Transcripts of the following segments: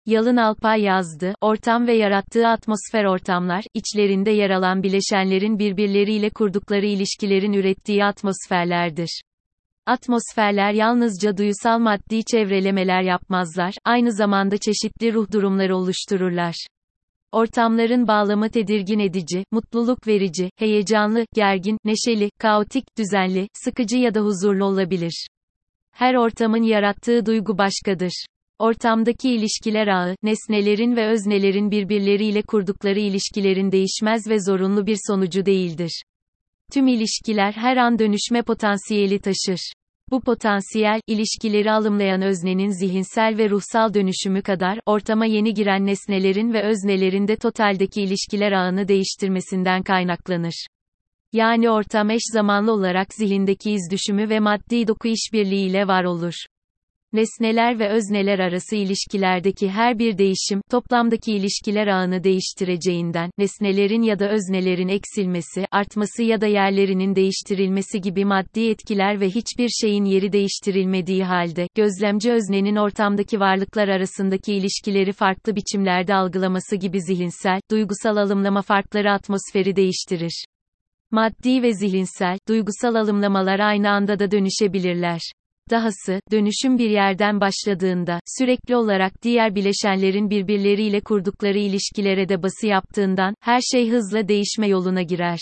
Yalın Alpay yazdı, ortam ve yarattığı atmosfer ortamlar, içlerinde yer alan bileşenlerin birbirleriyle kurdukları ilişkilerin ürettiği atmosferlerdir. Atmosferler yalnızca duysal maddi çevrelemeler yapmazlar, aynı zamanda çeşitli ruh durumları oluştururlar. Ortamların bağlamı tedirgin edici, mutluluk verici, heyecanlı, gergin, neşeli, kaotik, düzenli, sıkıcı ya da huzurlu olabilir. Her ortamın yarattığı duygu başkadır. Ortamdaki ilişkiler ağı, nesnelerin ve öznelerin birbirleriyle kurdukları ilişkilerin değişmez ve zorunlu bir sonucu değildir. Tüm ilişkiler her an dönüşme potansiyeli taşır. Bu potansiyel, ilişkileri alımlayan öznenin zihinsel ve ruhsal dönüşümü kadar, ortama yeni giren nesnelerin ve öznelerin de totaldeki ilişkiler ağını değiştirmesinden kaynaklanır. Yani ortam eş zamanlı olarak zihindeki izdüşümü ve maddi doku işbirliğiyle var olur. Nesneler ve özneler arası ilişkilerdeki her bir değişim, toplamdaki ilişkiler ağını değiştireceğinden, nesnelerin ya da öznelerin eksilmesi, artması ya da yerlerinin değiştirilmesi gibi maddi etkiler ve hiçbir şeyin yeri değiştirilmediği halde, gözlemci öznenin ortamdaki varlıklar arasındaki ilişkileri farklı biçimlerde algılaması gibi zihinsel, duygusal alımlama farkları atmosferi değiştirir. Maddi ve zihinsel, duygusal alımlamalar aynı anda da dönüşebilirler. Dahası, dönüşüm bir yerden başladığında, sürekli olarak diğer bileşenlerin birbirleriyle kurdukları ilişkilere de bası yaptığından, her şey hızla değişme yoluna girer.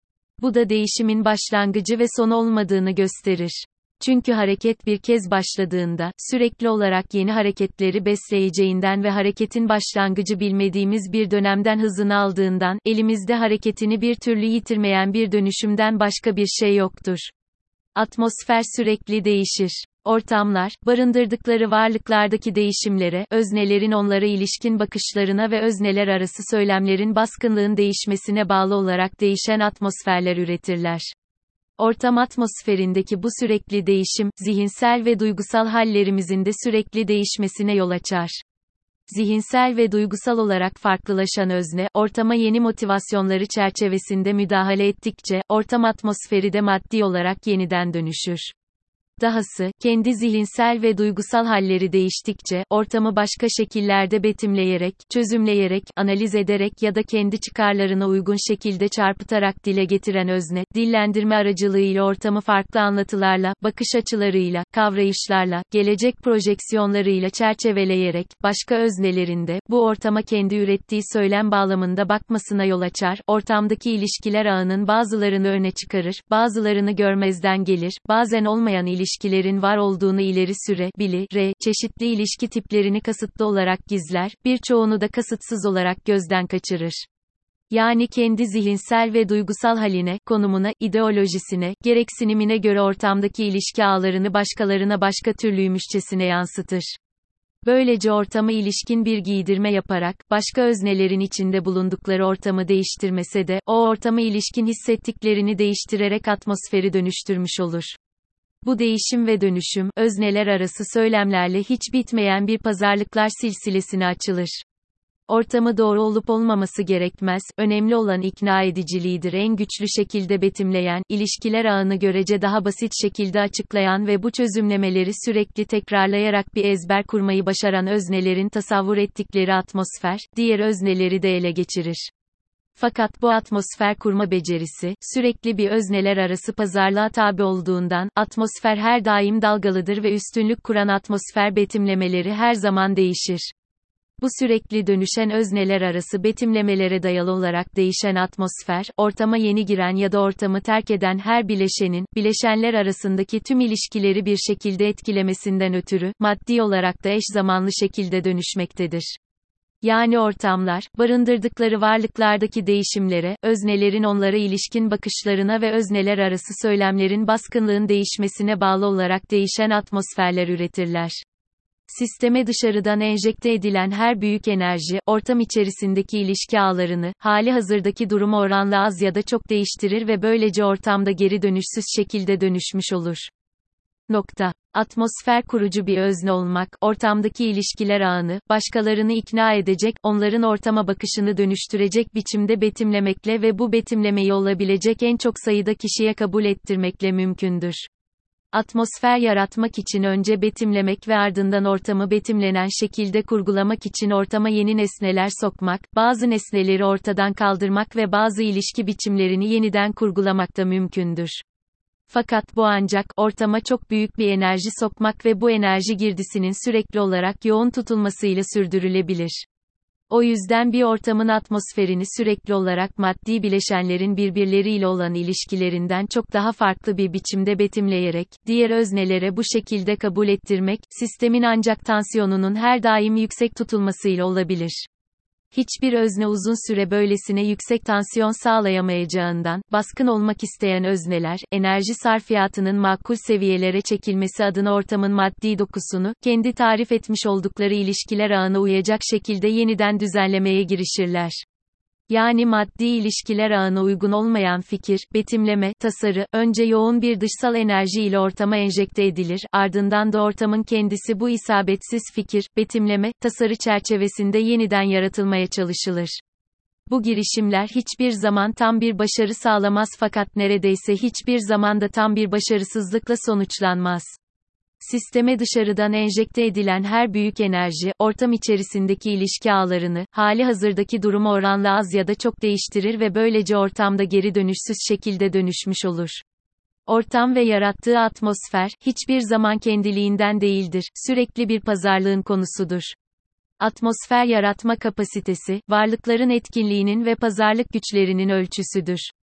Bu da değişimin başlangıcı ve sonu olmadığını gösterir. Çünkü hareket bir kez başladığında, sürekli olarak yeni hareketleri besleyeceğinden ve hareketin başlangıcı bilmediğimiz bir dönemden hızını aldığından, elimizde hareketini bir türlü yitirmeyen bir dönüşümden başka bir şey yoktur. Atmosfer sürekli değişir. Ortamlar, barındırdıkları varlıklardaki değişimlere, öznelerin onlara ilişkin bakışlarına ve özneler arası söylemlerin baskınlığın değişmesine bağlı olarak değişen atmosferler üretirler. Ortam atmosferindeki bu sürekli değişim, zihinsel ve duygusal hallerimizin de sürekli değişmesine yol açar. Zihinsel ve duygusal olarak farklılaşan özne, ortama yeni motivasyonları çerçevesinde müdahale ettikçe, ortam atmosferi de maddi olarak yeniden dönüşür. Dahası, kendi zihinsel ve duygusal halleri değiştikçe, ortamı başka şekillerde betimleyerek, çözümleyerek, analiz ederek ya da kendi çıkarlarına uygun şekilde çarpıtarak dile getiren özne, dillendirme aracılığıyla ortamı farklı anlatılarla, bakış açılarıyla, kavrayışlarla, gelecek projeksiyonlarıyla çerçeveleyerek, başka öznelerinde, bu ortama kendi ürettiği söylem bağlamında bakmasına yol açar, ortamdaki ilişkiler ağının bazılarını öne çıkarır, bazılarını görmezden gelir, bazen olmayan ilişkilerin var olduğunu ileri sürebilir, çeşitli ilişki tiplerini kasıtlı olarak gizler, birçoğunu da kasıtsız olarak gözden kaçırır. Yani kendi zihinsel ve duygusal haline, konumuna, ideolojisine, gereksinimine göre ortamdaki ilişki ağlarını başkalarına başka türlüymüşçesine yansıtır. Böylece ortama ilişkin bir giydirme yaparak, başka öznelerin içinde bulundukları ortamı değiştirmese de, o ortama ilişkin hissettiklerini değiştirerek atmosferi dönüştürmüş olur. Bu değişim ve dönüşüm, özneler arası söylemlerle hiç bitmeyen bir pazarlıklar silsilesine açılır. Ortamı doğru olup olmaması gerekmez, önemli olan ikna ediciliğidir. En güçlü şekilde betimleyen, ilişkiler ağını görece daha basit şekilde açıklayan ve bu çözümlemeleri sürekli tekrarlayarak bir ezber kurmayı başaran öznelerin tasavvur ettikleri atmosfer, diğer özneleri de ele geçirir. Fakat bu atmosfer kurma becerisi, sürekli bir özneler arası pazarlığa tabi olduğundan, atmosfer her daim dalgalıdır ve üstünlük kuran atmosfer betimlemeleri her zaman değişir. Bu sürekli dönüşen özneler arası betimlemelere dayalı olarak değişen atmosfer, ortama yeni giren ya da ortamı terk eden her bileşenin, bileşenler arasındaki tüm ilişkileri bir şekilde etkilemesinden ötürü, maddi olarak da eş zamanlı şekilde dönüşmektedir. Yani ortamlar, barındırdıkları varlıklardaki değişimlere, öznelerin onlara ilişkin bakışlarına ve özneler arası söylemlerin baskınlığın değişmesine bağlı olarak değişen atmosferler üretirler. Sisteme dışarıdan enjekte edilen her büyük enerji, ortam içerisindeki ilişki ağlarını, hali hazırdaki duruma oranla az ya da çok değiştirir ve böylece ortamda geri dönüşsüz şekilde dönüşmüş olur. Atmosfer kurucu bir özne olmak, ortamdaki ilişkiler ağını, başkalarını ikna edecek, onların ortama bakışını dönüştürecek biçimde betimlemekle ve bu betimlemeyi olabilecek en çok sayıda kişiye kabul ettirmekle mümkündür. Atmosfer yaratmak için önce betimlemek ve ardından ortamı betimlenen şekilde kurgulamak için ortama yeni nesneler sokmak, bazı nesneleri ortadan kaldırmak ve bazı ilişki biçimlerini yeniden kurgulamak da mümkündür. Fakat bu ancak, ortama çok büyük bir enerji sokmak ve bu enerji girdisinin sürekli olarak yoğun tutulmasıyla sürdürülebilir. O yüzden bir ortamın atmosferini sürekli olarak maddi bileşenlerin birbirleriyle olan ilişkilerinden çok daha farklı bir biçimde betimleyerek, diğer öznelere bu şekilde kabul ettirmek, sistemin ancak tansiyonunun her daim yüksek tutulmasıyla olabilir. Hiçbir özne uzun süre böylesine yüksek tansiyon sağlayamayacağından, baskın olmak isteyen özneler, enerji sarfiyatının makul seviyelere çekilmesi adına ortamın maddi dokusunu, kendi tarif etmiş oldukları ilişkiler ağına uyacak şekilde yeniden düzenlemeye girişirler. Yani maddi ilişkiler ağına uygun olmayan fikir, betimleme, tasarı, önce yoğun bir dışsal enerji ile ortama enjekte edilir, ardından da ortamın kendisi bu isabetsiz fikir, betimleme, tasarı çerçevesinde yeniden yaratılmaya çalışılır. Bu girişimler hiçbir zaman tam bir başarı sağlamaz fakat neredeyse hiçbir zaman da tam bir başarısızlıkla sonuçlanmaz. Sisteme dışarıdan enjekte edilen her büyük enerji, ortam içerisindeki ilişki ağlarını, halihazırdaki duruma oranla az ya da çok değiştirir ve böylece ortamda geri dönüşsüz şekilde dönüşmüş olur. Ortam ve yarattığı atmosfer, hiçbir zaman kendiliğinden değildir, sürekli bir pazarlığın konusudur. Atmosfer yaratma kapasitesi, varlıkların etkinliğinin ve pazarlık güçlerinin ölçüsüdür.